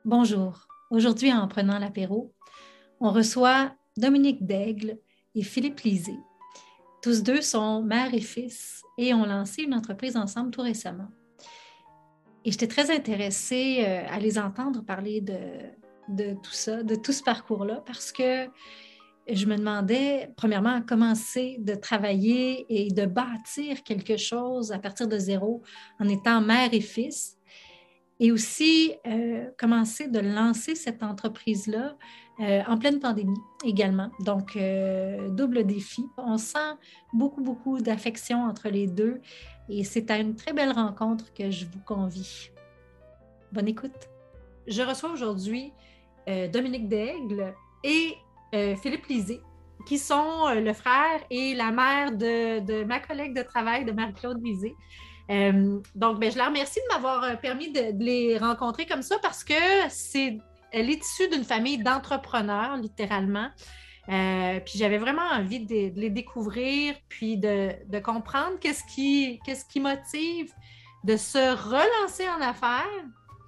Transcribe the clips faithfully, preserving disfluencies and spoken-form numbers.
Bonjour. Aujourd'hui, en prenant l'apéro, on reçoit Dominique Daigle et Philippe Lisée. Tous deux sont mère et fils et ont lancé une entreprise ensemble tout récemment. Et j'étais très intéressée euh, à les entendre parler de, de tout ça, de tout ce parcours-là, parce que je me demandais, premièrement, comment c'est de travailler et de bâtir quelque chose à partir de zéro en étant mère et fils. Et aussi, euh, commencer de lancer cette entreprise-là euh, en pleine pandémie également. Donc, euh, double défi. On sent beaucoup, beaucoup d'affection entre les deux et c'est à une très belle rencontre que je vous convie. Bonne écoute. Je reçois aujourd'hui euh, Dominique Daigle et euh, Philippe Lisée, qui sont euh, le frère et la mère de, de ma collègue de travail, de Marie-Claude Lisée. Euh, donc, ben, je la remercie de m'avoir permis de, de les rencontrer comme ça parce que c'est, elle est issue d'une famille d'entrepreneurs, littéralement. Euh, puis j'avais vraiment envie de, de les découvrir, puis de, de comprendre qu'est-ce qui, qu'est-ce qui motive de se relancer en affaires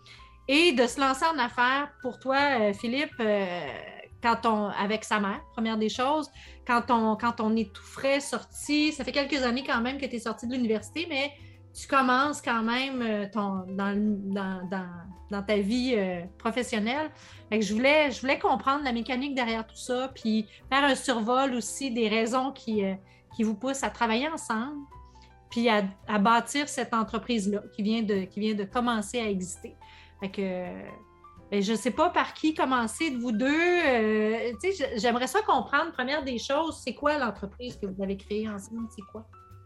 et de se lancer en affaires pour toi, Philippe, euh, quand on, avec sa mère, première des choses, quand on, quand on est tout frais sorti, ça fait quelques années quand même que tu es sorti de l'université, mais tu commences quand même ton, dans, dans, dans, dans ta vie euh, professionnelle. Fait que je voulais, je voulais comprendre la mécanique derrière tout ça, puis faire un survol aussi des raisons qui, euh, qui vous poussent à travailler ensemble, puis à, à bâtir cette entreprise-là qui vient de, qui vient de commencer à exister. Fait que ben, je ne sais pas par qui commencer de vous deux. Euh, j'aimerais ça comprendre, première des choses, c'est quoi l'entreprise que vous avez créée ensemble? C'est quoi?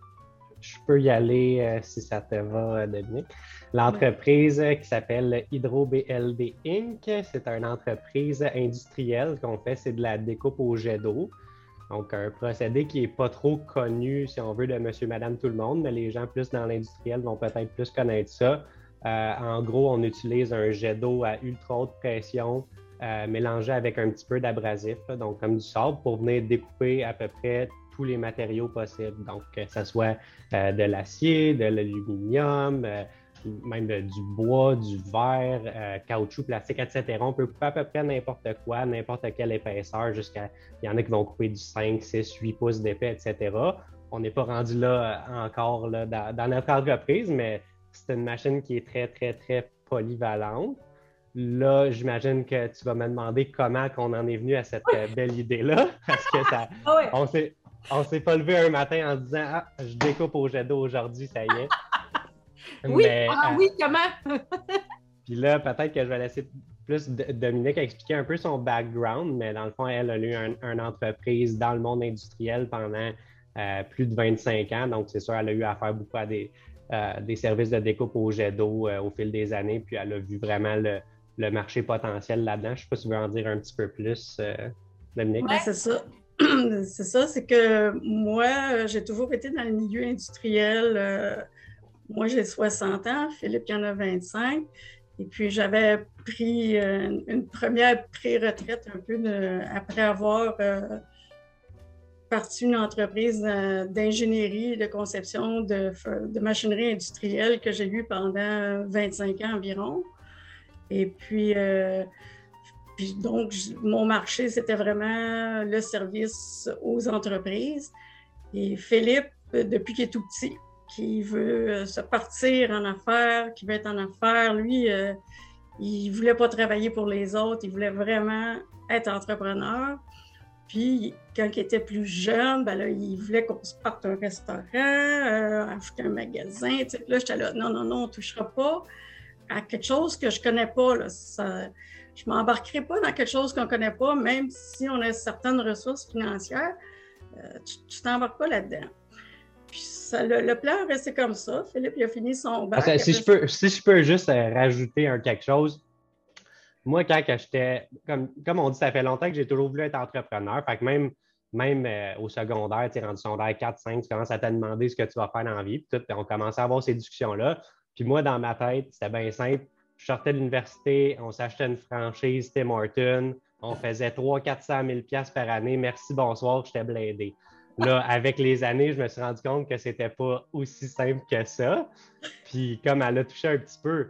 Je peux y aller euh, si ça te va, Dominique. L'entreprise euh, qui s'appelle Hydro B L D Incorporated, c'est une entreprise industrielle qu'on fait, c'est de la découpe au jet d'eau. Donc, un procédé qui n'est pas trop connu, si on veut, de monsieur, madame, tout le monde, mais les gens plus dans l'industriel vont peut-être plus connaître ça. Euh, en gros, on utilise un jet d'eau à ultra haute pression euh, mélangé avec un petit peu d'abrasif, là, donc comme du sable, pour venir découper à peu près tous les matériaux possibles. Donc, que ce soit euh, de l'acier, de l'aluminium, euh, même de, du bois, du verre, euh, caoutchouc, plastique, et cetera. On peut couper à peu près n'importe quoi, n'importe quelle épaisseur, jusqu'à... Il y en a qui vont couper du cinq, six, huit pouces d'épais, et cetera. On n'est pas rendu là encore là, dans, dans notre entreprise, mais c'est une machine qui est très, très, très polyvalente. Là, j'imagine que tu vas me demander comment on en est venu à cette oui. belle idée-là, parce que ça, ah oui. on s'est, on s'est pas levé un matin en se disant « Ah, je découpe au jet d'eau aujourd'hui, ça y est. » Oui, mais, ah euh, oui, comment? Puis là, peut-être que je vais laisser plus Dominique expliquer un peu son background, mais dans le fond, elle a eu un, une entreprise dans le monde industriel pendant euh, plus de vingt-cinq ans, donc c'est sûr, elle a eu affaire beaucoup à des, euh, des services de découpe au jet d'eau euh, au fil des années, puis elle a vu vraiment le le marché potentiel là-dedans. Je ne sais pas si tu veux en dire un petit peu plus, euh, Dominique. Oui, c'est ça. C'est ça, c'est que moi, j'ai toujours été dans le milieu industriel. Euh, moi, j'ai soixante ans, Philippe il en a vingt-cinq. Et puis, j'avais pris une, une première pré-retraite un peu de, après avoir euh, parti une entreprise d'ingénierie et de conception de, de machinerie industrielle que j'ai eue pendant vingt-cinq ans environ. Et puis, euh, puis donc, mon marché, c'était vraiment le service aux entreprises. Et Philippe, depuis qu'il est tout petit, qui veut se partir en affaires, qui veut être en affaires, lui, euh, il ne voulait pas travailler pour les autres, il voulait vraiment être entrepreneur. Puis, quand il était plus jeune, ben là, il voulait qu'on se parte un restaurant, euh, acheter un magasin. Tu sais, là, j'étais là, non, non, non, on ne touchera pas à quelque chose que je ne connais pas. Là. Ça, je ne m'embarquerai pas dans quelque chose qu'on ne connaît pas, même si on a certaines ressources financières, euh, tu ne t'embarques pas là-dedans. Puis ça, le, le plan est resté comme ça. Philippe, il a fini son bac. Ah, si, je peux, si je peux juste euh, rajouter un quelque chose, moi, quand j'étais, comme, comme on dit, ça fait longtemps que j'ai toujours voulu être entrepreneur. Fait que même, même euh, au secondaire, tu es rendu secondaire quatre, cinq, tu commences à te demander ce que tu vas faire dans la vie. Puis tout, on commençait à avoir ces discussions-là. Puis moi, dans ma tête, c'était bien simple. Je sortais de l'université, on s'achetait une franchise Tim Hortons, on faisait trois cents à quatre cent mille dollars par année. Merci, bonsoir, j'étais blindé. Là, avec les années, je me suis rendu compte que c'était pas aussi simple que ça. Puis comme elle a touché un petit peu,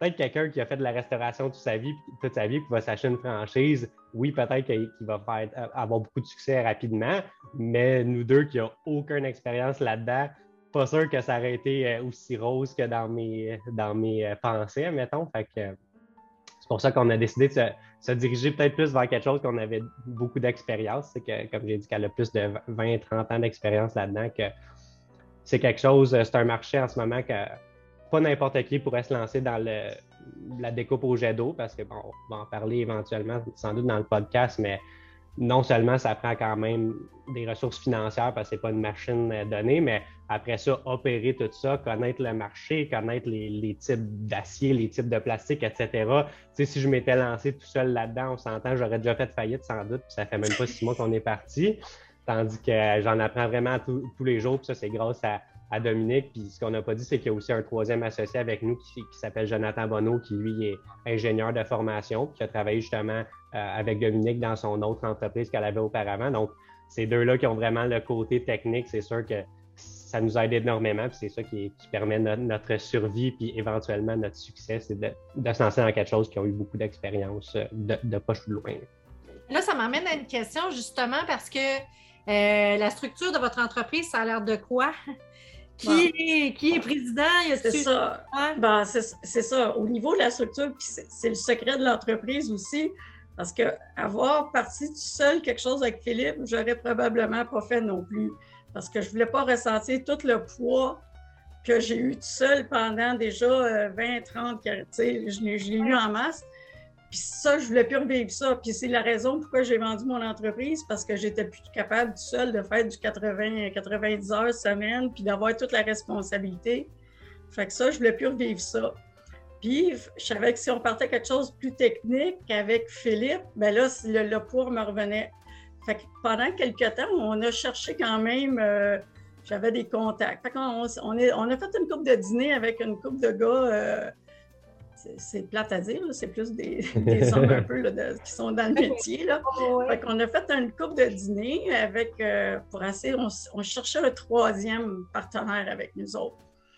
peut-être quelqu'un qui a fait de la restauration toute sa vie, toute sa vie, qui va s'acheter une franchise, oui, peut-être qu'il va faire, avoir beaucoup de succès rapidement, mais nous deux qui n'avons aucune expérience là-dedans, pas sûr que ça aurait été aussi rose que dans mes, dans mes pensées, mettons. Fait que c'est pour ça qu'on a décidé de se, se diriger peut-être plus vers quelque chose qu'on avait beaucoup d'expérience. C'est que, comme j'ai dit, qu'elle a plus de vingt à trente ans d'expérience là-dedans, que c'est quelque chose, c'est un marché en ce moment que pas n'importe qui pourrait se lancer dans le, la découpe au jet d'eau, parce que bon, on va en parler éventuellement, sans doute dans le podcast, mais non seulement ça prend quand même des ressources financières parce que c'est pas une machine donnée, mais après ça, opérer tout ça, connaître le marché, connaître les, les types d'acier, les types de plastique, et cetera. Tu sais, si je m'étais lancé tout seul là-dedans, on s'entend, j'aurais déjà fait faillite sans doute, puis ça fait même pas six mois qu'on est parti. Tandis que j'en apprends vraiment tous les jours, puis ça, c'est grâce à, à Dominique. Puis ce qu'on n'a pas dit, c'est qu'il y a aussi un troisième associé avec nous qui, qui s'appelle Jonathan Bonneau, qui lui est ingénieur de formation, qui a travaillé justement euh, avec Dominique dans son autre entreprise qu'elle avait auparavant. Donc, ces deux-là qui ont vraiment le côté technique, c'est sûr que ça nous aide énormément, puis c'est ça qui, qui permet notre, notre survie, puis éventuellement notre succès, c'est de, de se lancer dans quelque chose qui ont eu beaucoup d'expérience de, de pas plus loin. Là, ça m'amène à une question, justement, parce que euh, la structure de votre entreprise, ça a l'air de quoi? Qui, bon. est, qui est président? C'est ça. Ouais. Ben, c'est, c'est ça. Au niveau de la structure, puis c'est, c'est le secret de l'entreprise aussi, parce qu'avoir parti tout seul quelque chose avec Philippe, j'aurais probablement pas fait non plus, parce que je voulais pas ressentir tout le poids que j'ai eu tout seul pendant déjà vingt, trente, quarante, tu sais, je l'ai, je l'ai eu en masse. Puis ça, je voulais plus revivre ça. Puis c'est la raison pourquoi j'ai vendu mon entreprise, parce que j'étais plus capable tout seul de faire du quatre-vingts, quatre-vingt-dix heures semaine, puis d'avoir toute la responsabilité. Fait que ça, je voulais plus revivre ça. Puis je savais que si on partait quelque chose de plus technique avec Philippe, bien là, le, le poids me revenait. Fait que pendant quelques temps, on a cherché quand même, euh, j'avais des contacts. Fait qu'on on, est, on a fait une couple de dîners avec une couple de gars. Euh, C'est, c'est plate à dire, là. C'est plus des, des hommes un peu là, de, qui sont dans le métier. Là. Oh, ouais. Fait qu'on a fait une couple de dîners avec, euh, pour essayer, on, on cherchait un troisième partenaire avec nous autres.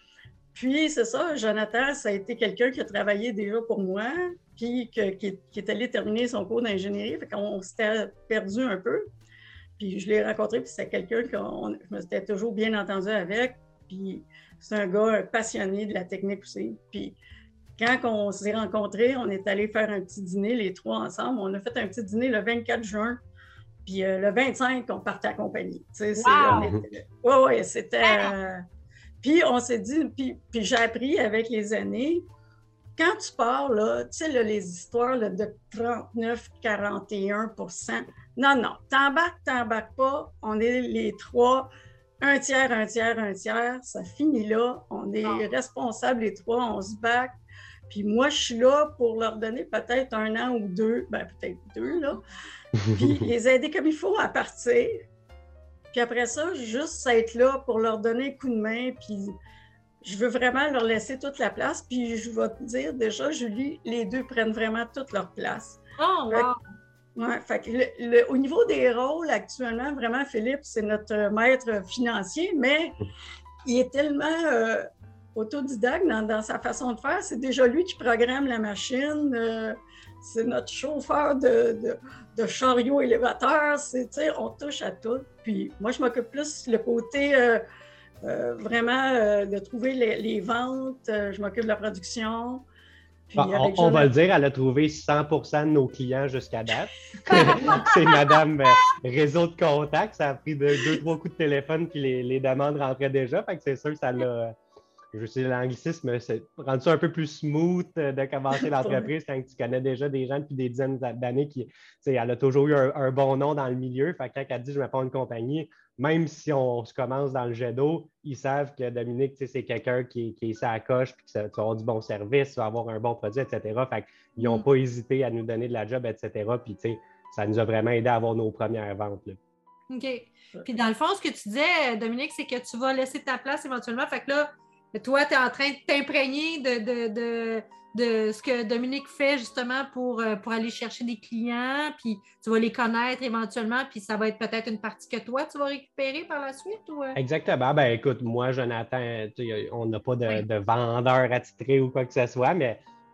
Puis, c'est ça, Jonathan, ça a été quelqu'un qui a travaillé déjà pour moi, puis que, qui, qui est allé terminer son cours d'ingénierie. Fait qu'on s'était perdu un peu. Puis, je l'ai rencontré, puis c'est quelqu'un que je me suis toujours bien entendu avec. Puis, c'est un gars passionné de la technique aussi. Puis, quand on s'est rencontrés, on est allé faire un petit dîner, les trois ensemble. On a fait un petit dîner le vingt-quatre juin, puis euh, le vingt-cinq, on partait à la compagnie. Tu sais, wow. Oui, oui, c'était... Euh... Puis on s'est dit, puis, puis j'ai appris avec les années, quand tu pars, là, tu sais, là, les histoires là, de trente-neuf à quarante et un pour cent, non, non, t'embarques, t'embarques pas, on est les trois, un tiers, un tiers, un tiers, ça finit là, on est oh. responsables les trois, on se back. Puis moi, je suis là pour leur donner peut-être un an ou deux, ben peut-être deux, là, puis les aider comme il faut à partir. Puis après ça, juste être là pour leur donner un coup de main, puis je veux vraiment leur laisser toute la place. Puis je vais te dire, déjà, Julie, les deux prennent vraiment toute leur place. Oh, wow! Ouais, fait que le, le, au niveau des rôles, actuellement, vraiment, Philippe, c'est notre maître financier, mais il est tellement... Euh, autodidacte dans, dans sa façon de faire. C'est déjà lui qui programme la machine. Euh, c'est notre chauffeur de, de, de chariot élévateur. C'est, on touche à tout. Puis moi, je m'occupe plus le côté euh, euh, vraiment euh, de trouver les, les ventes. Euh, je m'occupe de la production. Puis bon, on, on va le dire, elle a trouvé cent pour cent de nos clients jusqu'à date. C'est Madame euh, Réseau de contact. Ça a pris de, deux, trois coups de téléphone puis les, les demandes rentraient déjà. Fait que c'est sûr que ça l'a... Je sais, l'anglicisme, c'est rendu ça un peu plus smooth de commencer l'entreprise quand tu connais déjà des gens depuis des dizaines d'années qui, tu sais, elle a toujours eu un, un bon nom dans le milieu. Fait que quand elle dit je vais prendre une compagnie, même si on se commence dans le jet d'eau, ils savent que Dominique, tu sais, c'est quelqu'un qui, qui est ici à la coche, puis que ça, tu vas avoir du bon service, tu vas avoir un bon produit, et cetera. Fait qu'ils n'ont pas hésité à nous donner de la job, et cetera. Puis, tu sais, ça nous a vraiment aidé à avoir nos premières ventes, là. OK. Puis, dans le fond, ce que tu disais, Dominique, c'est que tu vas laisser ta place éventuellement. Fait que là, toi, tu es en train de t'imprégner de, de, de, de ce que Dominique fait justement pour, pour aller chercher des clients, puis tu vas les connaître éventuellement, puis ça va être peut-être une partie que toi, tu vas récupérer par la suite? Ou... Exactement. Ben écoute, moi, Jonathan, on n'a pas de, oui. de vendeur attitré ou quoi que ce soit, mais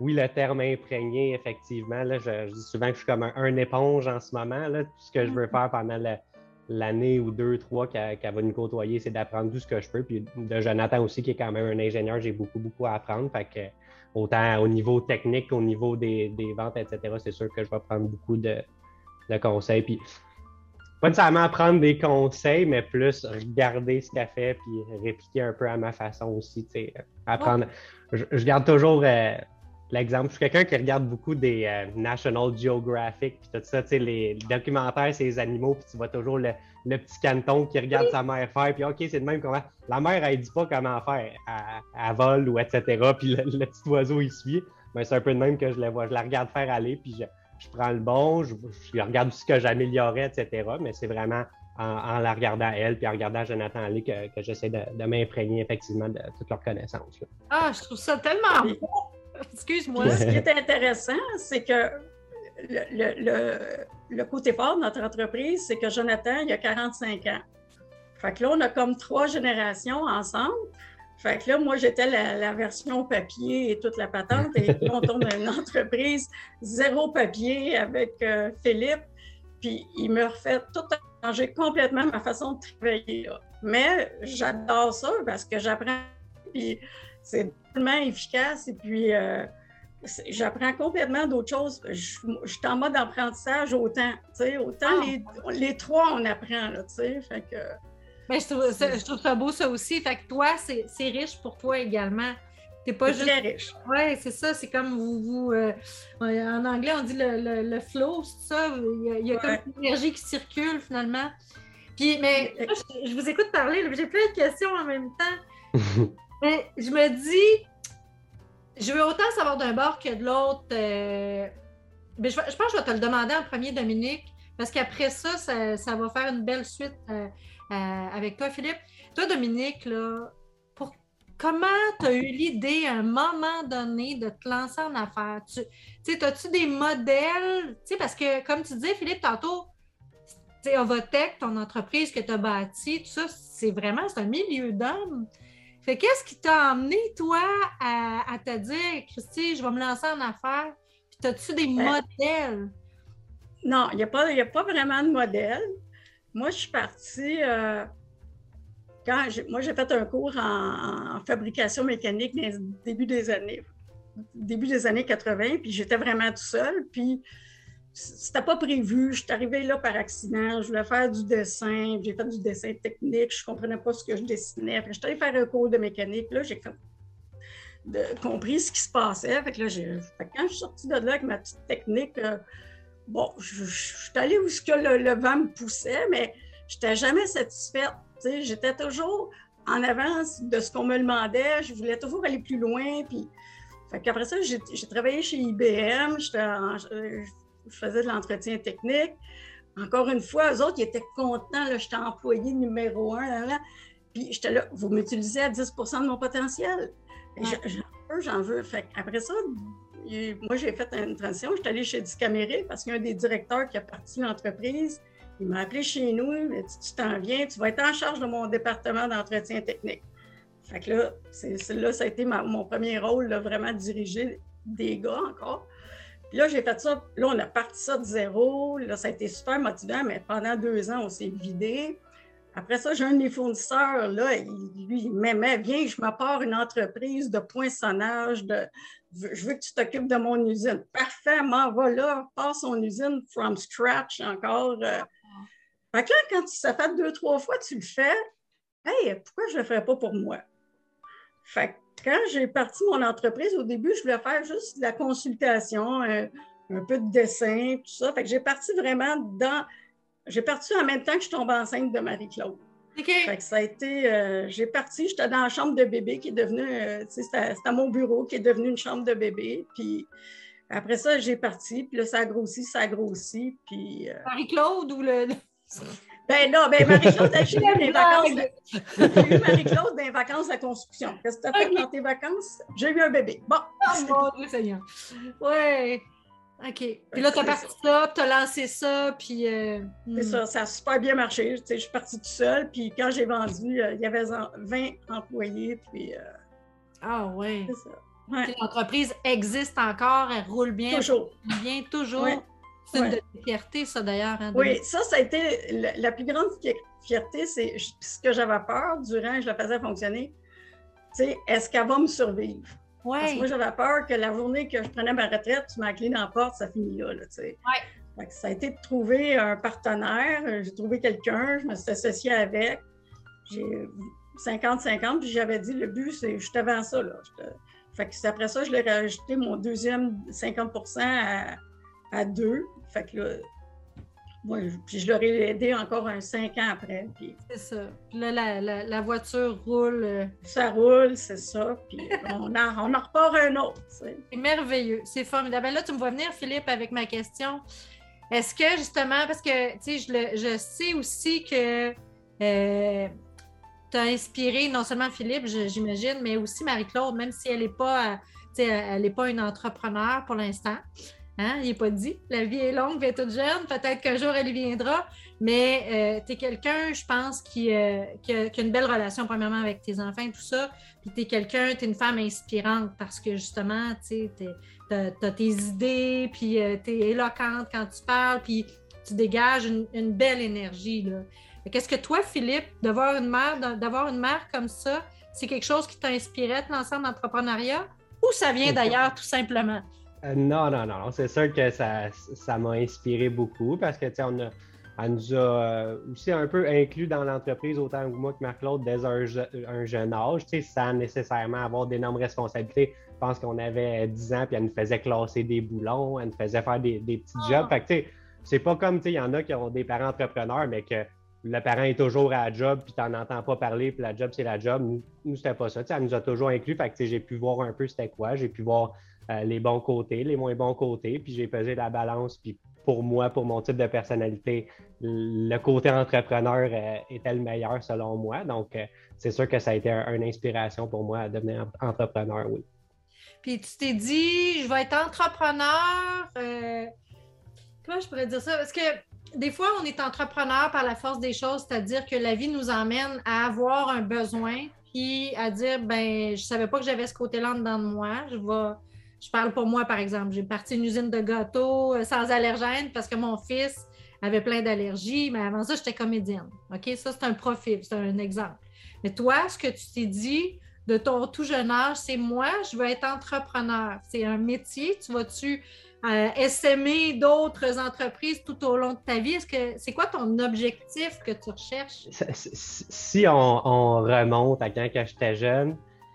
oui, le terme imprégné, effectivement, là, je, je dis souvent que je suis comme un, un éponge en ce moment. Là. Tout ce que je veux faire pendant la, l'année ou deux, trois qu'elle, qu'elle va nous côtoyer, c'est d'apprendre tout ce que je peux. Puis de Jonathan aussi, qui est quand même un ingénieur, j'ai beaucoup, beaucoup à apprendre. Fait que, autant au niveau technique, au niveau des, des ventes, et cetera, c'est sûr que je vais prendre beaucoup de, de conseils. Puis pas nécessairement prendre des conseils, mais plus regarder ce qu'elle fait puis répliquer un peu à ma façon aussi. Apprendre. Oh. Je, je garde toujours euh, l'exemple. Je suis quelqu'un qui regarde beaucoup des euh, National Geographic puis tout ça, les documentaires sur les animaux, puis tu vois toujours le, le petit canton qui regarde oui. sa mère faire, puis OK, c'est de même comment. La mère, elle dit pas comment faire. Elle, elle vole ou et cetera. Puis le, le petit oiseau, il suit. Mais c'est un peu de même que je la vois. Je la regarde faire aller, puis je. Je prends le bon, je, je regarde aussi ce que j'améliorais, et cetera. Mais c'est vraiment en, en la regardant elle puis en regardant Jonathan aller que, que j'essaie de, de m'imprégner effectivement de toutes leurs connaissances. Là. Ah, je trouve ça tellement beau! Excuse-moi. Ce qui est intéressant, c'est que le, le, le, le côté fort de notre entreprise, c'est que Jonathan, il a quarante-cinq ans. Fait que là, on a comme trois générations ensemble. Fait que là, moi, j'étais la, la version papier et toute la patente. Et là, on tourne une entreprise zéro papier avec euh, Philippe. Puis, il me refait tout changer complètement ma façon de travailler. Là. Mais j'adore ça parce que j'apprends. Puis, c'est tellement efficace. Et puis, euh, j'apprends complètement d'autres choses. Je, je suis en mode apprentissage autant. Tu sais, autant oh. les, les trois, on apprend. Là, tu sais. Fait que. Mais je, trouve ça, je trouve ça beau, ça aussi. Fait que toi, c'est, c'est riche pour toi également. T'es pas c'est juste... très riche. Oui, c'est ça. C'est comme vous... vous euh... en anglais, on dit le, le, le flow, c'est ça. Il y a, il y a ouais. comme une énergie qui circule, finalement. Puis, mais moi, je, je vous écoute parler. Là, j'ai plein de questions en même temps. Mais je me dis... Je veux autant savoir d'un bord que de l'autre. Euh... Mais je, je pense que je vais te le demander en premier, Dominique. Parce qu'après ça, ça, ça va faire une belle suite... Euh... Euh, avec toi, Philippe. Toi, Dominique, là, pour... comment tu as eu l'idée à un moment donné de te lancer en affaires? Tu sais, as-tu des modèles? Tu sais, parce que, comme tu disais, Philippe, tantôt, tu sais, Ovotech, ton entreprise que tu as bâtie, tout ça, c'est vraiment, c'est un milieu d'hommes. Fait qu'est-ce qui t'a amené, toi, à, à te dire, Christy, je vais me lancer en affaires? Puis, as-tu des ben, modèles? Non, il n'y a pas, il n'y a pas vraiment de modèle. Moi, je suis partie, euh, quand j'ai, moi, j'ai fait un cours en, en fabrication mécanique dans le début des années, début des années quatre-vingts, puis j'étais vraiment tout seul, puis c'était pas prévu. Je suis arrivée là par accident, je voulais faire du dessin, j'ai fait du dessin technique, je comprenais pas ce que je dessinais. Puis je suis allée faire un cours de mécanique, là, j'ai comme de, compris ce qui se passait. Fait que là, j'ai, fait que quand je suis sortie de là avec ma petite technique, euh, bon, je, je, je suis allée où ce que le, le vent me poussait, mais je n'étais jamais satisfaite. T'sais, j'étais toujours en avance de ce qu'on me demandait. Je voulais toujours aller plus loin. Puis, fait qu'après ça, j'ai, j'ai travaillé chez I B M. En, je, je faisais de l'entretien technique. Encore une fois, eux autres, ils étaient contents. Là, j'étais employée numéro un. Là, là. Puis j'étais là, vous m'utilisez à dix pour cent de mon potentiel. Ouais. J'en veux, j'en veux. Fait qu'après ça, moi, j'ai fait une transition. Je suis allée chez Discamérique parce qu'il y a un des directeurs qui a parti l'entreprise. Il m'a appelé chez nous. Il m'a dit, tu t'en viens, tu vas être en charge de mon département d'entretien technique. Fait que là, c'est, c'est, là ça a été ma, mon premier rôle, là, vraiment diriger des gars encore. Puis là, j'ai fait ça. Là, on a parti ça de zéro. Là, ça a été super motivant, mais pendant deux ans, on s'est vidé. Après ça, j'ai un de mes fournisseurs, là, il, lui, il m'aimait. Viens, je me pars une entreprise de poinçonnage, de, je veux que tu t'occupes de mon usine. Parfait, m'en va là, pars son usine from scratch encore. Fait que là, quand ça fait deux, trois fois, tu le fais, hey, pourquoi je ne le ferais pas pour moi? Fait que quand j'ai parti mon entreprise, au début, je voulais faire juste de la consultation, un, un peu de dessin, tout ça. Fait que j'ai parti vraiment dans... J'ai parti en même temps que je tombe enceinte de Marie-Claude. Okay. Fait que ça a été... Euh, j'ai parti, j'étais dans la chambre de bébé qui est devenue... Euh, tu sais, c'était, c'était mon bureau qui est devenu une chambre de bébé. Puis après ça, j'ai parti. Puis là, ça a grossi, ça a grossi. Puis... Euh... Marie-Claude ou le... Ben là, ben Marie-Claude, j'ai eu les vacances. De... J'ai eu Marie-Claude dans les vacances de la construction. Qu'est-ce que tu as fait okay. dans tes vacances? J'ai eu un bébé. Bon. Oh mon Dieu Seigneur. Ouais. OK. Puis là, tu as parti ça, tu as lancé ça, puis... Euh... C'est hmm. ça, ça a super bien marché. Tu sais, je suis partie toute seule, puis quand j'ai vendu, euh, il y avait vingt employés, puis... Euh... Ah ouais. C'est ça. Ouais. L'entreprise existe encore, elle roule bien, toujours. Elle roule bien, toujours. Ouais. C'est une ouais. de tes fiertés, ça, d'ailleurs. Hein, oui, ça, ça a été la, la plus grande fierté, c'est ce que j'avais peur durant que je la faisais fonctionner. Tu sais, est-ce qu'elle va me survivre? Ouais. Parce que moi, j'avais peur que la journée que je prenais ma retraite, tu m'as clé dans la porte, ça finit là, là tu sais. Ouais. Ça a été de trouver un partenaire, j'ai trouvé quelqu'un, je me suis associée avec. J'ai cinquante cinquante, puis j'avais dit, le but, c'est juste avant ça, là. Te... Fait que après ça, je l'ai rajouté mon deuxième cinquante pour cent à, à deux. Fait que là, moi, puis je leur ai aidé encore un cinq ans après. Puis... C'est ça. Puis là, la, la, la voiture roule. Ça roule, c'est ça. Puis on en, on en repart un autre. C'est merveilleux. C'est formidable. Ben là, tu me vois venir, Philippe, avec ma question. Est-ce que, justement, parce que, tu sais, je, le, je sais aussi que euh, tu as inspiré non seulement Philippe, j'imagine, mais aussi Marie-Claude, même si elle n'est pas, tu sais, elle n'est pas une entrepreneure pour l'instant. Hein? Il n'est pas dit. La vie est longue, elle est toute jeune. Peut-être qu'un jour, elle y viendra. Mais euh, tu es quelqu'un, je pense, qui, euh, qui, a, qui a une belle relation, premièrement, avec tes enfants et tout ça. Puis tu es quelqu'un, tu es une femme inspirante parce que, justement, tu sais, tu as tes idées, puis euh, tu es éloquente quand tu parles, puis tu dégages une, une belle énergie, là. Qu'est-ce que toi, Philippe, d'avoir une mère, d'avoir une mère comme ça, c'est quelque chose qui t'a inspiré de l'ensemble d'entrepreneuriat ou ça vient d'ailleurs, tout simplement? Euh, non, non, non, non. C'est sûr que ça, ça m'a inspiré beaucoup parce que, tu sais, on a, elle nous a euh, aussi un peu inclus dans l'entreprise, autant que moi que Marc-Claude, dès un, un jeune âge, tu sais, sans nécessairement avoir d'énormes responsabilités. Je pense qu'on avait dix ans, puis elle nous faisait classer des boulons, elle nous faisait faire des, des petits jobs. Fait que, tu sais, c'est pas comme, tu sais, il y en a qui ont des parents entrepreneurs, mais que le parent est toujours à la job, puis t'en entends pas parler, puis la job, c'est la job. Nous, nous c'était pas ça. Tu sais, elle nous a toujours inclus, fait que, tu sais, j'ai pu voir un peu c'était quoi, j'ai pu voir Euh, les bons côtés, les moins bons côtés, puis j'ai pesé la balance, puis pour moi, pour mon type de personnalité, le côté entrepreneur euh, était le meilleur selon moi, donc euh, c'est sûr que ça a été un, une inspiration pour moi à devenir entrepreneur, oui. Puis tu t'es dit, je vais être entrepreneur, euh... comment je pourrais dire ça? Parce que des fois, on est entrepreneur par la force des choses, c'est-à-dire que la vie nous emmène à avoir un besoin, puis à dire, ben, je savais pas que j'avais ce côté-là dedans de moi, je vais... Je parle pour moi, par exemple. J'ai parti une usine de gâteaux sans allergènes parce que mon fils avait plein d'allergies, mais avant ça, j'étais comédienne. OK? Ça, c'est un profil, c'est un exemple. Mais toi, ce que tu t'es dit de ton tout jeune âge, c'est moi, je veux être entrepreneur. C'est un métier. Tu vas-tu euh, essaimer d'autres entreprises tout au long de ta vie? Est-ce que c'est quoi ton objectif que tu recherches? Si on, on remonte à quand j'étais jeune,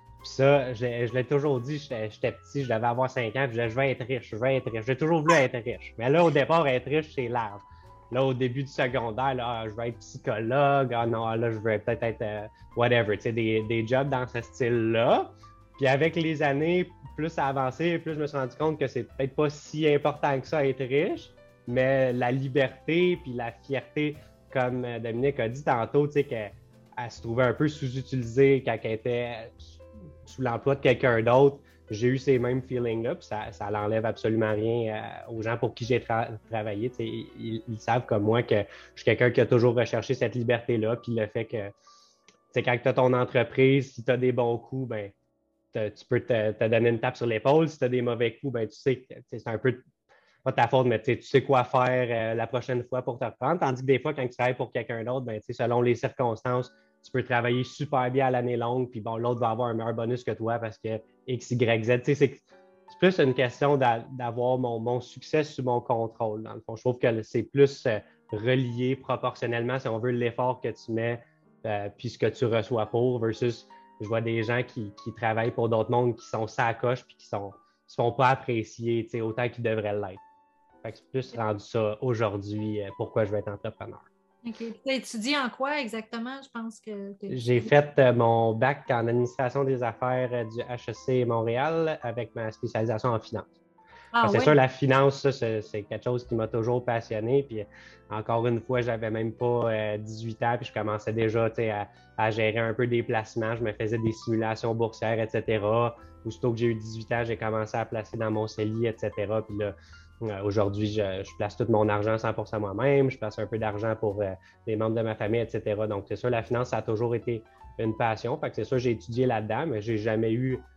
ça, je, je l'ai toujours dit, j'étais petit, je devais avoir cinq ans, puis je disais, je vais être riche, je vais être riche. J'ai toujours voulu être riche. Mais là, au départ, être riche, c'est large. Là, au début du secondaire, là, je veux être psychologue, ah non, là, je veux peut-être être euh, whatever, tu sais, des, des jobs dans ce style-là. Puis avec les années, plus ça a avancé, plus je me suis rendu compte que c'est peut-être pas si important que ça être riche, mais la liberté puis la fierté, comme Dominique a dit tantôt, tu sais, qu'elle elle se trouvait un peu sous-utilisée quand elle était sous l'emploi de quelqu'un d'autre, j'ai eu ces mêmes feelings-là, puis ça, ça n'enlève absolument rien euh, aux gens pour qui j'ai tra travaillé. Ils, ils, ils savent comme moi que je suis quelqu'un qui a toujours recherché cette liberté-là, puis le fait que, quand tu as ton entreprise, si tu as des bons coups, ben, tu peux te, te donner une tape sur l'épaule. Si tu as des mauvais coups, ben, tu sais que c'est un peu pas ta faute, mais tu sais quoi faire euh, la prochaine fois pour te reprendre. Tandis que des fois, quand tu travailles pour quelqu'un d'autre, ben, selon les circonstances, tu peux travailler super bien à l'année longue, puis bon, l'autre va avoir un meilleur bonus que toi parce que X, Y, Z. C'est plus une question d'avoir mon, mon succès sous mon contrôle. Dans le fond, je trouve que c'est plus euh, relié proportionnellement, si on veut, l'effort que tu mets euh, puis ce que tu reçois pour, versus je vois des gens qui, qui travaillent pour d'autres mondes qui sont sacoches puis qui ne se font pas apprécier autant qu'ils devraient l'être. C'est plus rendu ça aujourd'hui, euh, pourquoi je veux être entrepreneur. OK. Tu as étudié en quoi exactement? Je pense que j'ai fait euh, mon bac en administration des affaires euh, du H E C Montréal avec ma spécialisation en finance. Ah, c'est oui? sûr, la finance, c'est quelque chose qui m'a toujours passionné. Puis encore une fois, j'avais même pas euh, dix-huit ans, puis je commençais déjà à, à gérer un peu des placements. Je me faisais des simulations boursières, et cetera. Aussitôt que j'ai eu dix-huit ans, j'ai commencé à placer dans mon C E L I, et cetera. Puis là, Euh, aujourd'hui, je, je place tout mon argent cent pour cent moi-même, je place un peu d'argent pour euh, les membres de ma famille, et cetera. Donc, c'est sûr, la finance, ça a toujours été une passion. Fait que c'est sûr, j'ai étudié là-dedans, mais j'ai jamais eu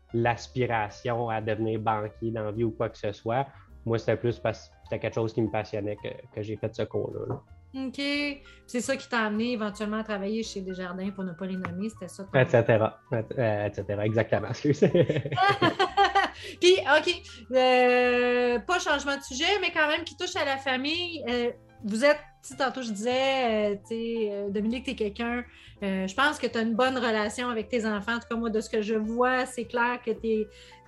l'aspiration à devenir banquier dans la vie ou quoi que ce soit. Moi, c'était plus parce que c'était quelque chose qui me passionnait que, que j'ai fait ce cours-là. Là. OK. C'est ça qui t'a amené éventuellement à travailler chez Desjardins, pour ne pas les nommer, c'était ça? Ton... Etc. Euh, et cetera. Exactement. Puis, OK, euh, pas changement de sujet, mais quand même qui touche à la famille. Euh, vous êtes, tu sais, tantôt je disais, euh, tu sais, euh, Dominique, tu es quelqu'un, euh, je pense que tu as une bonne relation avec tes enfants. En tout cas, moi, de ce que je vois, c'est clair que tu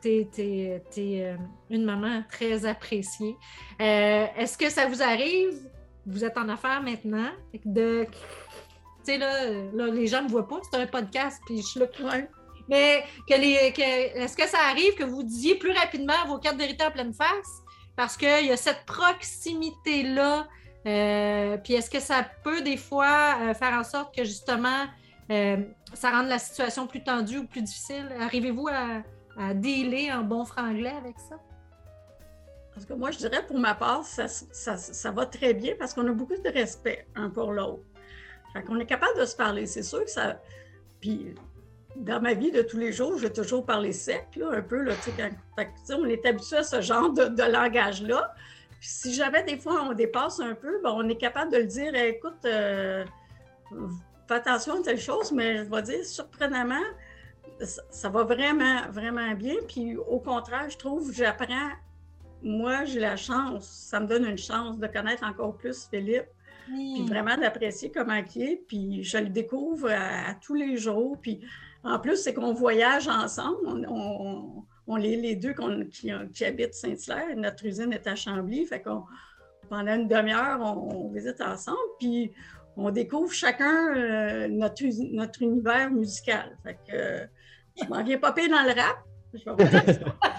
es euh, une maman très appréciée. Euh, Est-ce que ça vous arrive? Vous êtes en affaires maintenant, de... Tu sais, là, là, les gens ne me voient pas, c'est un podcast, puis je suis là. Ouais. Mais que les, que, est-ce que ça arrive que vous disiez plus rapidement vos cartes de vérité en pleine face? Parce qu'il y a cette proximité-là. Euh, puis est-ce que ça peut des fois euh, faire en sorte que justement euh, ça rende la situation plus tendue ou plus difficile? Arrivez-vous à, à dealer en bon franglais avec ça? Parce que moi, je dirais pour ma part, ça, ça, ça va très bien parce qu'on a beaucoup de respect un pour l'autre. Fait qu'on est capable de se parler. C'est sûr que ça... Puis dans ma vie de tous les jours, je vais toujours parler sec, là, un peu. Là, quand... fait que, on est habitué à ce genre de, de langage-là. Puis si jamais, des fois, on dépasse un peu, ben, on est capable de le dire, hey, écoute, euh, fais attention à telle chose, mais je vais dire, surprenamment, ça, ça va vraiment, vraiment bien. Puis au contraire, je trouve, j'apprends, moi, j'ai la chance, ça me donne une chance de connaître encore plus Philippe, mmh. puis vraiment d'apprécier comment il est, puis je le découvre à, à tous les jours. Puis en plus, c'est qu'on voyage ensemble, on, on, on est les deux qui, qui habitent Saint-Hilaire, notre usine est à Chambly, fait qu'on pendant une demi-heure, on, on visite ensemble, puis on découvre chacun euh, notre, notre univers musical. Fait que euh, je m'en viens popper dans le rap, je vais vous dire ça.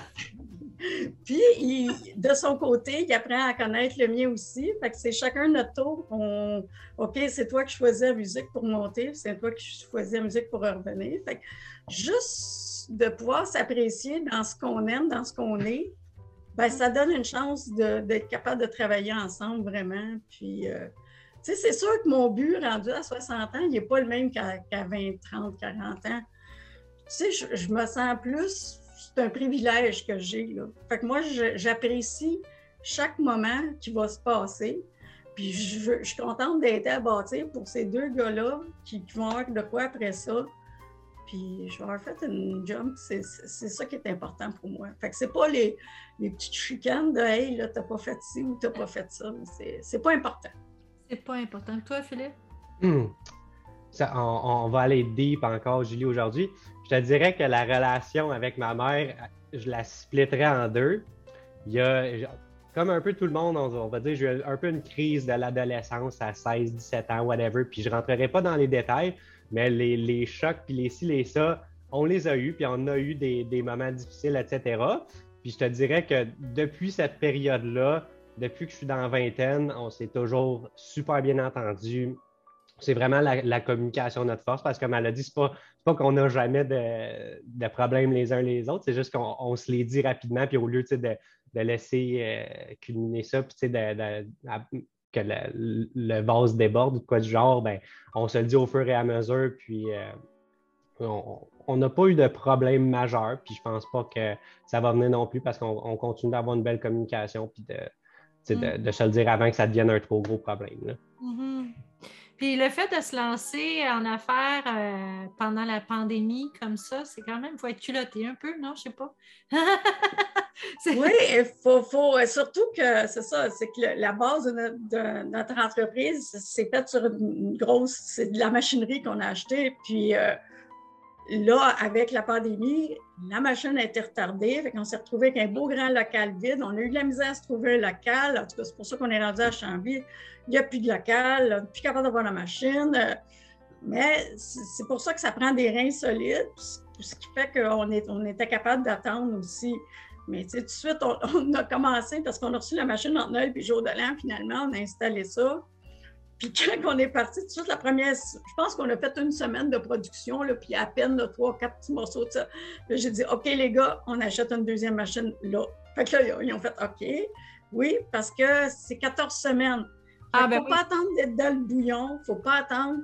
Puis, il, de son côté, il apprend à connaître le mien aussi. Fait que c'est chacun notre tour. On, OK, c'est toi qui choisis la musique pour monter, c'est toi qui choisis la musique pour revenir. Fait que juste de pouvoir s'apprécier dans ce qu'on aime, dans ce qu'on est, ben ça donne une chance d'être capable de travailler ensemble vraiment. Puis, euh, tu sais, c'est sûr que mon but rendu à soixante ans, il n'est pas le même qu'à qu'à vingt, trente, quarante ans. Tu sais, je, je me sens plus... C'est un privilège que j'ai, là. Fait que moi, j'apprécie chaque moment qui va se passer. Puis je, je suis contente d'être à bâtir pour ces deux gars-là qui, qui vont avoir de quoi après ça. Puis je vais avoir fait une job, c'est ça qui est important pour moi. Fait que c'est pas les, les petites chicanes de « Hey, là, t'as pas fait ci ou t'as pas fait ça ». C'est pas important. C'est pas important. Toi, Philippe? Mmh. Ça, on, on va aller deep encore, Julie, aujourd'hui. Je te dirais que la relation avec ma mère, je la splitterais en deux. Il y a, comme un peu tout le monde, on, on va dire, j'ai eu un peu une crise de l'adolescence à seize, dix-sept ans, whatever, puis je ne rentrerai pas dans les détails, mais les, les chocs, puis les ci, les ça, on les a eus, puis on a eu des, des moments difficiles, et cetera. Puis je te dirais que depuis cette période-là, depuis que je suis dans la vingtaine, on s'est toujours super bien entendu. C'est vraiment la, la communication notre force parce que, comme elle a dit, c'est pas, pas qu'on n'a jamais de, de problèmes les uns les autres, c'est juste qu'on on se les dit rapidement, puis au lieu de, de laisser euh, culminer ça, puis de, de, de, que le, le vase déborde ou quoi du genre, ben, on se le dit au fur et à mesure, puis euh, on n'a pas eu de problème majeur, puis je pense pas que ça va venir non plus parce qu'on continue d'avoir une belle communication, puis de, mm. de, de se le dire avant que ça devienne un trop gros problème. Là. Mm-hmm. Puis le fait de se lancer en affaires euh, pendant la pandémie comme ça, c'est quand même, il faut être culotté un peu, non? Je sais pas. Oui, il faut, faut surtout que, c'est ça, c'est que le, la base de notre, de notre entreprise, c'est fait sur une grosse, c'est de la machinerie qu'on a achetée, puis euh, là, avec la pandémie, la machine a été retardée, fait qu'on s'est retrouvé avec un beau grand local vide. On a eu de la misère à se trouver un local. En tout cas, c'est pour ça qu'on est rendu à Chambly. Il n'y a plus de local, on n'est plus capable d'avoir la machine. Mais c'est pour ça que ça prend des reins solides, ce qui fait qu'on est, on était capable d'attendre aussi. Mais tu sais, tout de suite, on, on a commencé parce qu'on a reçu la machine en Noël puis jour de l'an. Finalement, on a installé ça. Puis quand on est parti, tout de suite, la première, je pense qu'on a fait une semaine de production, là, puis à peine là, trois, quatre petits morceaux de ça. Là, j'ai dit, OK, les gars, on achète une deuxième machine là. Fait que là, ils ont fait OK. Oui, parce que c'est quatorze semaines. Il ne ah, ben faut oui. pas attendre d'être dans le bouillon, il ne faut pas attendre.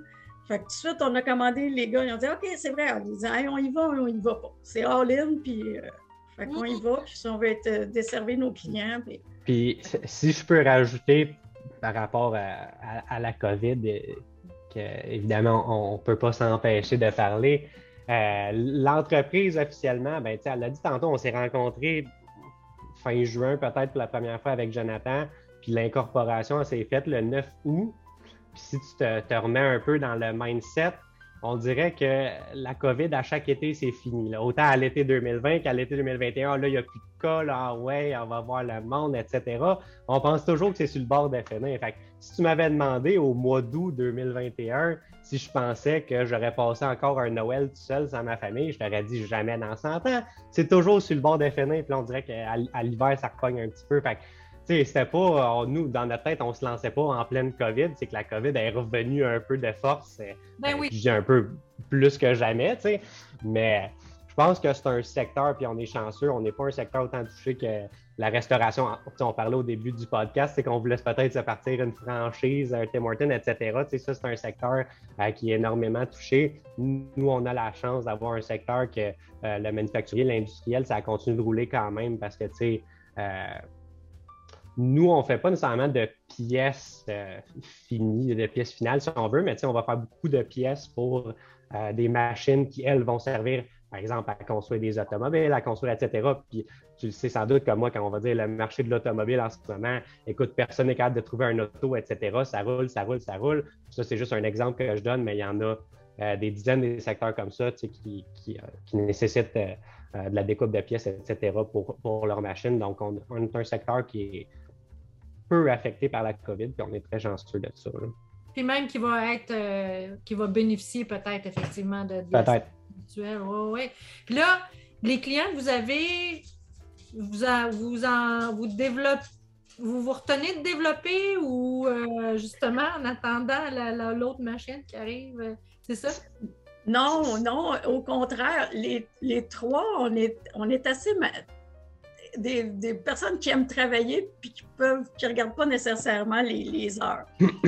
Fait que tout de suite, on a commandé, les gars, ils ont dit « OK, c'est vrai ». On disait hey, « On y va, on y va pas ». C'est all-in, puis euh, fait qu'on y va, puis si on veut être euh, desservir nos clients. Puis... puis si je peux rajouter par rapport à, à, à la COVID, que, évidemment, on ne peut pas s'empêcher de parler, euh, l'entreprise officiellement, ben, elle l'a dit tantôt, on s'est rencontrés fin juin peut-être pour la première fois avec Jonathan, puis l'incorporation s'est faite le neuf août. Puis si tu te, te remets un peu dans le mindset, on dirait que la COVID, à chaque été, c'est fini. Là. Autant à l'été deux mille vingt qu'à l'été deux mille vingt et un, là, il n'y a plus de cas, là, ouais, on va voir le monde, et cetera. On pense toujours que c'est sur le bord de finir. Fait que si tu m'avais demandé au mois d'août deux mille vingt et un si je pensais que j'aurais passé encore un Noël tout seul sans ma famille, je t'aurais dit jamais dans cent ans. C'est toujours sur le bord de finir. Puis là, on dirait qu'à à l'hiver, ça repogne un petit peu. Fait que, tu sais, c'était pas, on, nous, dans notre tête, on se lançait pas en pleine COVID. C'est que la COVID est revenue un peu de force. Ben oui. Je dis un peu plus que jamais, tu sais. Mais je pense que c'est un secteur, puis on est chanceux. On n'est pas un secteur autant touché que la restauration. On parlait au début du podcast, c'est qu'on voulait peut-être se partir une franchise, un Tim Hortons, et cetera. Tu sais, ça, c'est un secteur euh, qui est énormément touché. Nous, on a la chance d'avoir un secteur que euh, le manufacturier, l'industriel, ça continue de rouler quand même parce que, tu sais, euh, nous, on ne fait pas nécessairement de pièces euh, finies, de pièces finales, si on veut, mais on va faire beaucoup de pièces pour euh, des machines qui, elles, vont servir, par exemple, à construire des automobiles, à construire, et cetera. Puis tu le sais sans doute comme moi, quand on va dire le marché de l'automobile en ce moment, écoute, personne n'est capable de trouver un auto, et cetera. Ça roule, ça roule, ça roule. Ça, c'est juste un exemple que je donne, mais il y en a euh, des dizaines de secteurs comme ça qui, qui, euh, qui nécessitent euh, de la découpe de pièces, et cetera pour, pour leurs machines. Donc, on, on est un secteur qui est peu affecté par la COVID, puis on est très chanceux de ça. Là. Puis même qui va être, euh, qui va bénéficier peut-être effectivement de, de peut-être. virtuel. Ouais, ouais. Puis là, les clients que vous avez, vous en, vous en, vous développez, vous vous retenez de développer ou euh, justement en attendant la, la, l'autre machine qui arrive, euh, c'est ça? Non, non, au contraire, les, les trois, on est, on est assez ma... Des, des personnes qui aiment travailler puis qui peuvent, qui regardent pas nécessairement les, les heures.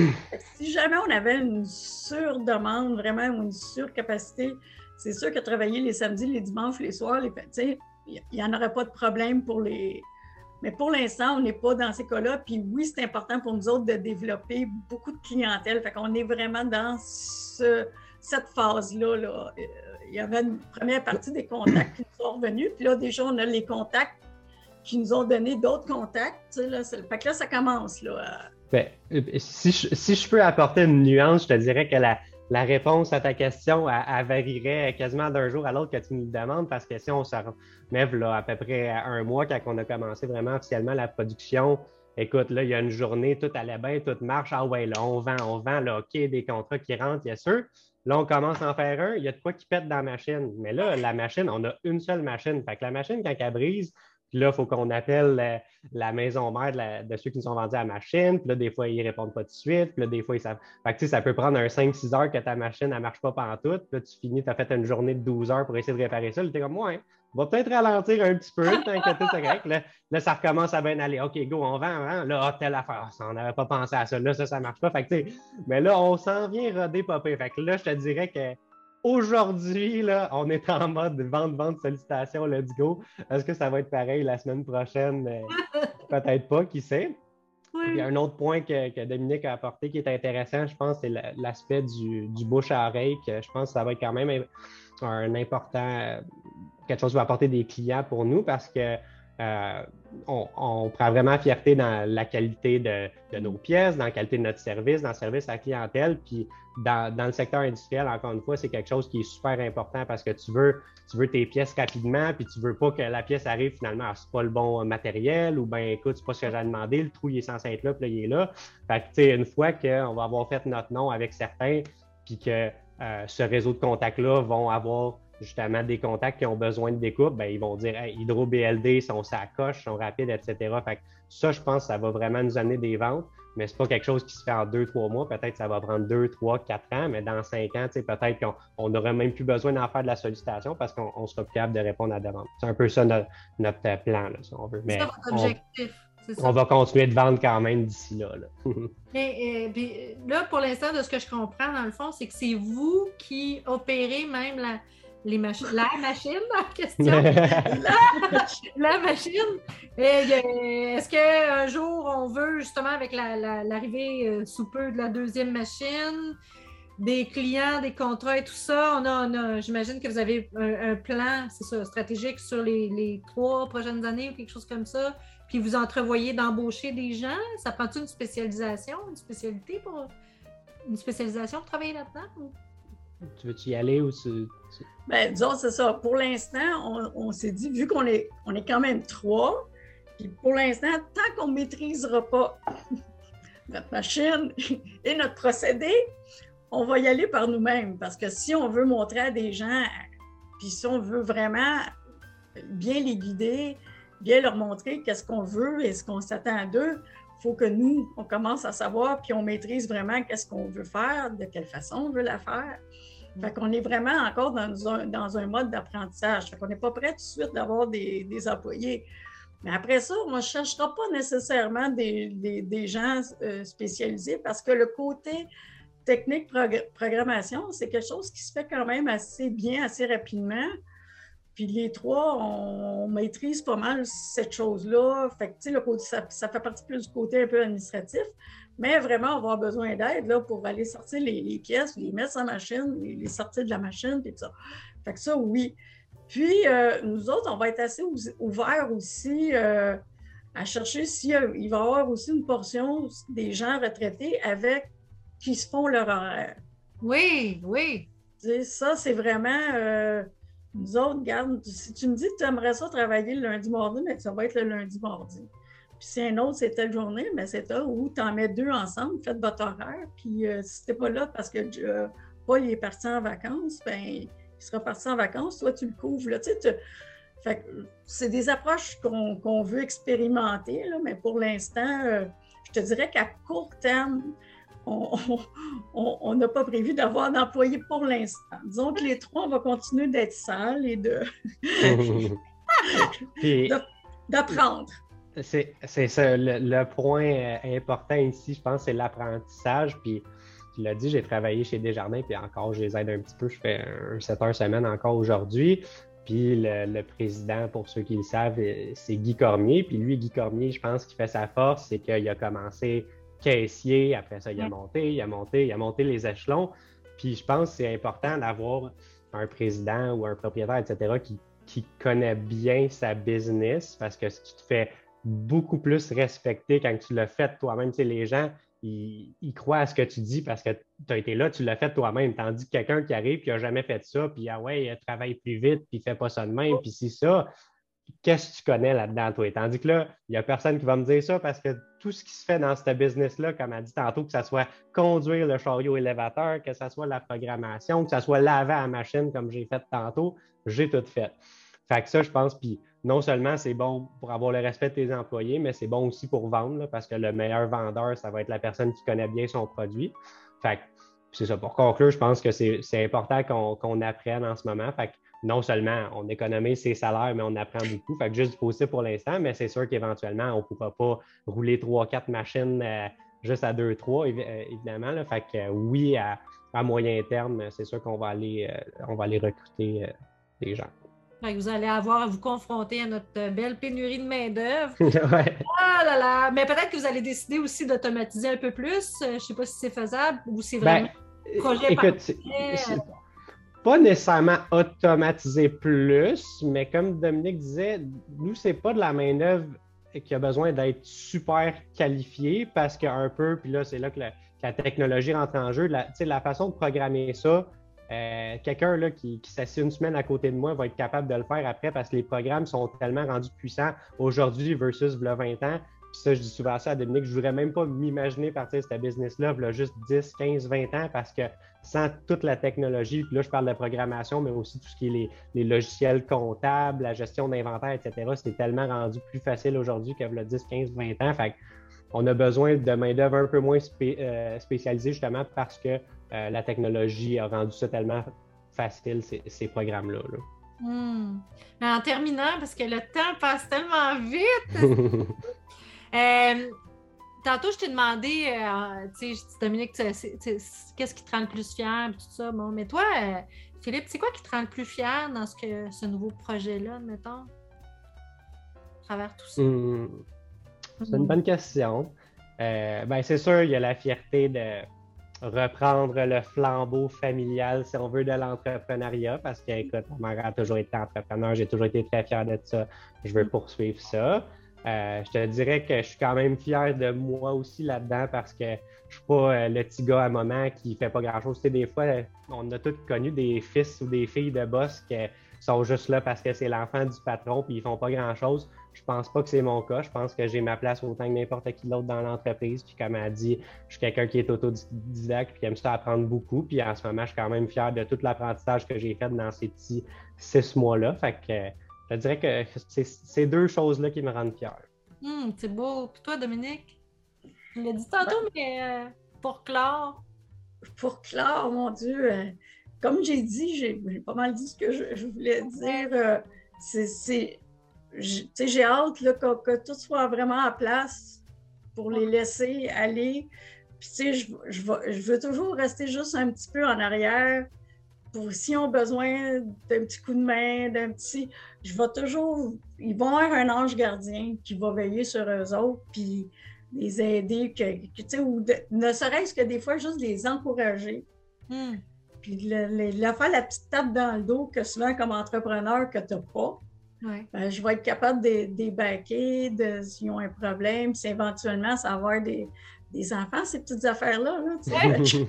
Si jamais on avait une surdemande vraiment ou une surcapacité, c'est sûr que travailler les samedis, les dimanches, les soirs, les fêtes, il n'y en aurait pas de problème pour les. Mais pour l'instant, on n'est pas dans ces cas-là. Puis oui, c'est important pour nous autres de développer beaucoup de clientèle. Fait qu'on est vraiment dans ce, cette phase-là. Là. Il y avait une première partie des contacts qui nous sont revenus. Puis là, déjà, on a les contacts qui nous ont donné d'autres contacts. Tu sais, là, c'est... Fait que là, ça commence. Là. Ben, si, je, si je peux apporter une nuance, je te dirais que la, la réponse à ta question, elle, elle varierait quasiment d'un jour à l'autre que tu nous le demandes, parce que si on se remet là, à peu près un mois, quand on a commencé vraiment officiellement la production, écoute, là, il y a une journée, tout allait bien, tout marche. Ah ouais, là, on vend, on vend, là, OK, des contrats qui rentrent, bien sûr. Là, on commence à en faire un, il y a de quoi qui pète dans la machine. Mais là, la machine, on a une seule machine. Fait que la machine, quand elle brise, puis là, il faut qu'on appelle la, la maison mère de, la, de ceux qui nous ont vendus la machine. Puis là, des fois, ils ne répondent pas tout de suite. Puis là, des fois, ils savent. Fait que, tu sais, ça peut prendre un cinq six heures que ta machine ne marche pas pantoute. Puis là, tu finis, tu as fait une journée de douze heures pour essayer de réparer ça. Là, tu es comme, ouais, on va peut-être ralentir un petit peu, tant que tout est correct. Là, là, ça recommence à bien aller. OK, go, on vend, hein? Là, ah, telle affaire. Ah, ça, on n'avait pas pensé à ça. Là, ça, ça ne marche pas. Fait que, tu sais, mais là, on s'en vient roder popper. Fait que là, je te dirais que. Aujourd'hui, là, on est en mode vente, vente, sollicitation, let's go. Est-ce que ça va être pareil la semaine prochaine? Peut-être pas, qui sait. Oui. Il y a un autre point que, que Dominique a apporté qui est intéressant, je pense, c'est l'aspect du, du bouche à oreille, que je pense que ça va être quand même un important, quelque chose qui va apporter des clients pour nous parce que Euh, on, on prend vraiment fierté dans la qualité de, de nos pièces, dans la qualité de notre service, dans le service à la clientèle. Puis dans, dans le secteur industriel, encore une fois, c'est quelque chose qui est super important parce que tu veux, tu veux tes pièces rapidement, puis tu veux pas que la pièce arrive finalement, ah, c'est pas le bon matériel, ou bien écoute, c'est pas ce que j'ai demandé, le trou il est censé être là, puis là, il est là. Fait que tu sais, une fois qu'on va avoir fait notre nom avec certains, puis que euh, ce réseau de contacts-là vont avoir justement des contacts qui ont besoin de découpe, bien, ils vont dire hey, Hydro B L D, sont sa coche, sont rapides, et cetera. Fait que ça, je pense que ça va vraiment nous amener des ventes, mais c'est pas quelque chose qui se fait en deux, trois mois. Peut-être que ça va prendre deux, trois, quatre ans, mais dans cinq ans, peut-être qu'on n'aurait même plus besoin d'en faire de la sollicitation parce qu'on sera plus capable de répondre à la demande. C'est un peu ça notre, notre plan, là, si on veut. C'est ça votre objectif? c'est ça. On va continuer de vendre quand même d'ici là. là. Mais euh, puis, là, pour l'instant, de ce que je comprends, dans le fond, c'est que c'est vous qui opérez même la, les machi- la machine en question. la, la machine. Et, euh, est-ce qu'un jour, on veut, justement, avec la, la, l'arrivée euh, sous peu de la deuxième machine, des clients, des contrats et tout ça, on a, on a j'imagine que vous avez un, un plan, c'est ça, stratégique sur les, les trois prochaines années ou quelque chose comme ça, puis vous entrevoyez d'embaucher des gens. Ça prend-tu une spécialisation, une spécialité pour une spécialisation pour travailler là-dedans? Ou? Tu veux-tu y aller ou tu... tu... Bien, disons, c'est ça. Pour l'instant, on, on s'est dit, vu qu'on est, on est quand même trois, puis pour l'instant, tant qu'on ne maîtrisera pas notre machine et notre procédé, on va y aller par nous-mêmes. Parce que si on veut montrer à des gens, puis si on veut vraiment bien les guider, bien leur montrer qu'est-ce qu'on veut et ce qu'on s'attend d'eux, il faut que nous, on commence à savoir, puis on maîtrise vraiment qu'est-ce qu'on veut faire, de quelle façon on veut la faire. Fait qu'on est vraiment encore dans un, dans un mode d'apprentissage. Fait qu'on n'est pas prêt tout de suite d'avoir des, des employés. Mais après ça, on ne cherchera pas nécessairement des, des, des gens euh, spécialisés parce que le côté technique prog- programmation, c'est quelque chose qui se fait quand même assez bien, assez rapidement. Puis les trois, on, on maîtrise pas mal cette chose-là. Fait que, tu sais, le côté, ça, ça fait partie plus du côté un peu administratif. Mais vraiment, on va avoir besoin d'aide là, pour aller sortir les, les pièces, les mettre sur la machine, les, les sortir de la machine, puis tout ça. Fait que ça, oui. Puis, euh, nous autres, on va être assez ouverts aussi euh, à chercher s'il va y avoir aussi une portion des gens retraités avec qui se font leur horaire. Oui, oui. Tu sais, ça, c'est vraiment... Euh, nous autres, regarde, si tu me dis que tu aimerais ça travailler le lundi-mardi, mais ça va être le lundi-mardi. Puis si un autre, c'est telle journée, mais c'est là où tu en mets deux ensemble, faites votre horaire. Puis euh, si tu n'es pas là parce que euh, Paul il est parti en vacances, bien, il sera parti en vacances, toi, tu le couvres. Là, tu sais, tu... Fait que, c'est des approches qu'on, qu'on veut expérimenter, là, mais pour l'instant, euh, je te dirais qu'à court terme, on n'a pas prévu d'avoir d'employés pour l'instant. Disons que les trois, on va continuer d'être sales et de... Puis, d'apprendre. C'est, c'est ça, le, le point important ici, je pense, c'est l'apprentissage. Puis, tu l'as dit, j'ai travaillé chez Desjardins, puis encore, je les aide un petit peu. Je fais un sept heures semaine encore aujourd'hui. Puis, le, le président, pour ceux qui le savent, c'est Guy Cormier. Puis lui, Guy Cormier, je pense qu'il fait sa force, c'est qu'il a commencé caissier, après ça, il a monté, il a monté, il a monté les échelons. Puis je pense que c'est important d'avoir un président ou un propriétaire, et cetera, qui, qui connaît bien sa business parce que ce qui te fait beaucoup plus respecter quand tu l'as fait toi-même. Tu sais, les gens, ils, ils croient à ce que tu dis parce que tu as été là, tu l'as fait toi-même. Tandis que quelqu'un qui arrive et qui n'a jamais fait ça, puis ah ouais, il travaille plus vite, puis il ne fait pas ça de même, puis c'est ça. Qu'est-ce que tu connais là-dedans, toi? Tandis que là, il n'y a personne qui va me dire ça parce que tout ce qui se fait dans ce business-là, comme elle dit tantôt, que ce soit conduire le chariot élévateur, que ce soit la programmation, que ce soit laver à la machine comme j'ai fait tantôt, j'ai tout fait. Fait que ça, je pense, puis non seulement c'est bon pour avoir le respect de tes employés, mais c'est bon aussi pour vendre, là, parce que le meilleur vendeur, ça va être la personne qui connaît bien son produit. Fait que c'est ça. Pour conclure, je pense que c'est, c'est important qu'on, qu'on apprenne en ce moment. Fait que non seulement on économise ses salaires, mais on apprend beaucoup. Fait que juste du positif pour l'instant, mais c'est sûr qu'éventuellement, on ne pourra pas rouler trois quatre machines euh, juste à deux trois, évi- euh, évidemment. Là. Fait que euh, oui, à, à moyen terme, c'est sûr qu'on va aller, euh, on va aller recruter euh, des gens. Fait que vous allez avoir à vous confronter à notre belle pénurie de main-d'œuvre. Ouais. Ah là là! Mais peut-être que vous allez décider aussi d'automatiser un peu plus. Je ne sais pas si c'est faisable ou c'est vraiment ben, projet écoute, par projet. c'est pas nécessairement automatiser plus, mais comme Dominique disait, nous, c'est pas de la main-d'œuvre qui a besoin d'être super qualifiée parce qu'un peu, puis là, c'est là que la, que la technologie rentre en jeu. La, la façon de programmer ça, Euh, quelqu'un là, qui, qui s'assied une semaine à côté de moi va être capable de le faire après parce que les programmes sont tellement rendus puissants aujourd'hui versus il y a vingt ans. Puis ça, je dis souvent ça à Dominique, je ne voudrais même pas m'imaginer partir de ce business-là il y a juste dix, quinze, vingt ans parce que sans toute la technologie, puis là, je parle de programmation, mais aussi tout ce qui est les, les logiciels comptables, la gestion d'inventaire, et cetera, c'est tellement rendu plus facile aujourd'hui qu'il y a dix, quinze, vingt ans. Fait on a besoin de main-d'œuvre un peu moins spé, euh, spécialisée justement parce que euh, la technologie a rendu ça tellement facile, ces, ces programmes-là. Là. Mmh. En terminant, parce que le temps passe tellement vite, Euh, tantôt, je t'ai demandé, euh, tu sais, Dominique, tu sais, qu'est-ce qui te rend le plus fier, tout ça. Bon, mais toi, euh, Philippe, c'est quoi qui te rend le plus fier dans ce, que, ce nouveau projet-là, mettons, à travers tout ça? Mmh. C'est une bonne question. Euh, ben, c'est sûr, il y a la fierté de reprendre le flambeau familial, si on veut, de l'entrepreneuriat, parce que, écoute, ma mère a toujours été entrepreneur, j'ai toujours été très fier de ça. Je veux poursuivre ça. Euh, je te dirais que je suis quand même fier de moi aussi là-dedans, parce que je suis pas euh, le petit gars à maman qui fait pas grand-chose. Tu sais, des fois, on a tous connu des fils ou des filles de boss qui sont juste là parce que c'est l'enfant du patron puis ils font pas grand-chose. Je pense pas que c'est mon cas. Je pense que j'ai ma place autant que n'importe qui d'autre dans l'entreprise. Puis comme elle dit, je suis quelqu'un qui est autodidacte puis aime ça apprendre beaucoup. Puis en ce moment, je suis quand même fier de tout l'apprentissage que j'ai fait dans ces petits six mois-là. Fait que je dirais que c'est ces deux choses-là qui me rendent fier. Mmh, c'est beau. Puis toi, Dominique? Je l'ai dit tantôt, ben, mais euh, pour clore. Pour clore, mon Dieu, euh, comme j'ai dit, j'ai, j'ai pas mal dit ce que je, je voulais dire. Euh, c'est, c'est, j'ai hâte là, que, que tout soit vraiment à place pour les laisser aller. Puis, tu sais, je, je, je veux toujours rester juste un petit peu en arrière pour s'ils ont besoin d'un petit coup de main, d'un petit. Je vais toujours. Ils vont avoir un ange gardien qui va veiller sur eux autres, puis les aider, que, que, tu sais, ou de, ne serait-ce que des fois, juste les encourager. Mm. Puis le, le, leur faire la petite tape dans le dos que souvent, comme entrepreneur, que tu n'as pas. Ouais. Ben, je vais être capable de, de les backer, de, s'ils ont un problème, si éventuellement, ça va avoir des, des enfants, ces petites affaires-là. Là, tu sais.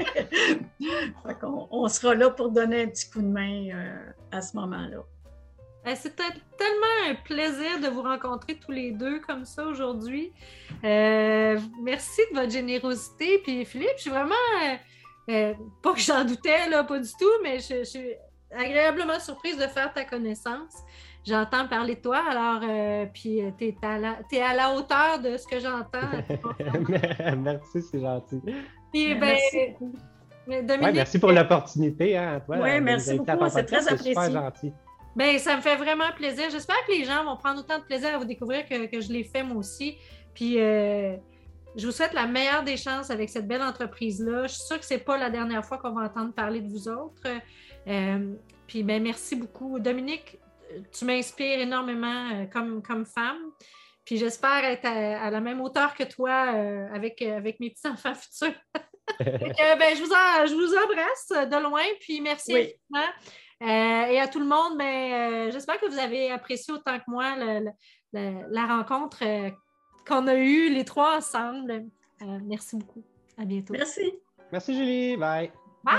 Fait qu'on, on sera là pour donner un petit coup de main euh, à ce moment-là. C'était tellement un plaisir de vous rencontrer tous les deux comme ça aujourd'hui. Euh, merci de votre générosité. Puis Philippe, je suis vraiment, euh, euh, pas que j'en doutais, là, pas du tout, mais je, je suis agréablement surprise de faire ta connaissance. J'entends parler de toi, alors, euh, puis tu es à la hauteur de ce que j'entends. Merci, c'est gentil. Puis, ben, merci. Dominique, ouais, merci pour l'opportunité, hein, toi. Oui, merci beaucoup, c'est très apprécié. C'est super gentil. Bien, ça me fait vraiment plaisir. J'espère que les gens vont prendre autant de plaisir à vous découvrir que, que je l'ai fait moi aussi. Puis, euh, je vous souhaite la meilleure des chances avec cette belle entreprise-là. Je suis sûre que ce n'est pas la dernière fois qu'on va entendre parler de vous autres. Euh, puis, ben, merci beaucoup. Dominique, tu m'inspires énormément euh, comme, comme femme. Puis, j'espère être à, à la même hauteur que toi euh, avec, avec mes petits-enfants futurs. Donc, euh, ben, je, vous en, je vous embrasse de loin. Puis, merci oui. infiniment. Euh, et à tout le monde, ben, euh, j'espère que vous avez apprécié autant que moi le, le, le, la rencontre euh, qu'on a eue les trois ensemble. Euh, merci beaucoup. À bientôt. Merci. Merci Julie. Bye. Bye.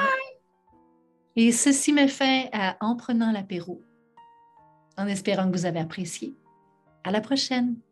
Et ceci met fin à En prenant l'apéro. En espérant que vous avez apprécié. À la prochaine.